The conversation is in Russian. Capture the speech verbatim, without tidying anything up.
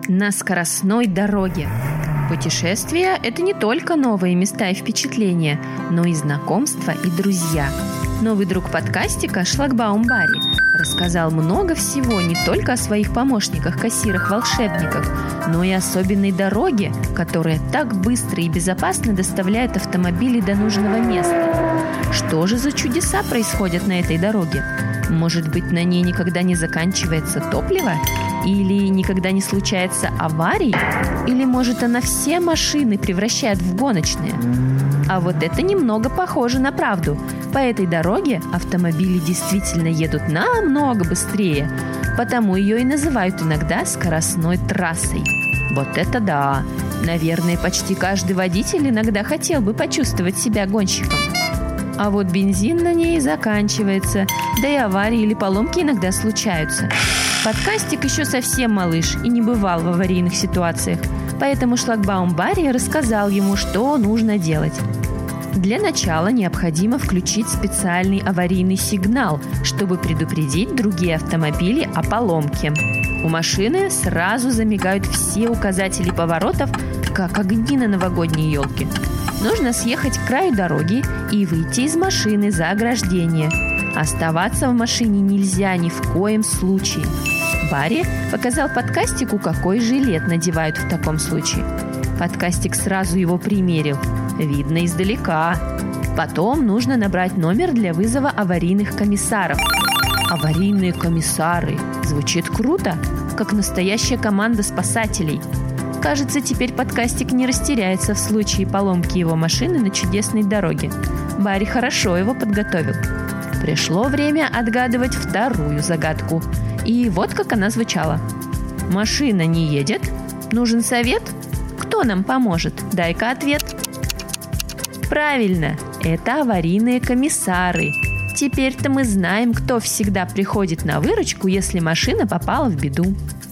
на скоростной дороге. Путешествия – это не только новые места и впечатления, но и знакомства и друзья. Новый друг подкастика Шлагбаум Барри рассказал много всего не только о своих помощниках, кассирах, волшебниках, но и особенной дороге, которая так быстро и безопасно доставляет автомобили до нужного места. Что же за чудеса происходят на этой дороге? Может быть, на ней никогда не заканчивается топливо? Или никогда не случается аварий? Или, может, она все машины превращает в гоночные? А вот это немного похоже на правду. По этой дороге автомобили действительно едут намного быстрее, потому ее и называют иногда скоростной трассой. Вот это да! Наверное, почти каждый водитель иногда хотел бы почувствовать себя гонщиком. А вот бензин на ней заканчивается, да и аварии или поломки иногда случаются. Подкастик еще совсем малыш и не бывал в аварийных ситуациях, поэтому Шлагбаум Барри рассказал ему, что нужно делать. Для начала необходимо включить специальный аварийный сигнал, чтобы предупредить другие автомобили о поломке. У машины сразу замигают все указатели поворотов, как огни на новогодней елке. Нужно съехать к краю дороги и выйти из машины за ограждение. Оставаться в машине нельзя ни в коем случае. Барри показал подкастику, какой жилет надевают в таком случае. Подкастик сразу его примерил. Видно издалека. Потом нужно набрать номер для вызова аварийных комиссаров. Аварийные комиссары. Звучит круто, как настоящая команда спасателей. Кажется, теперь подкастик не растеряется в случае поломки его машины на чудесной дороге. Барри хорошо его подготовил. Пришло время отгадывать вторую загадку. И вот как она звучала. Машина не едет? Нужен совет? Кто нам поможет? Дай-ка ответ. Правильно, это аварийные комиссары. Теперь-то мы знаем, кто всегда приходит на выручку, если машина попала в беду.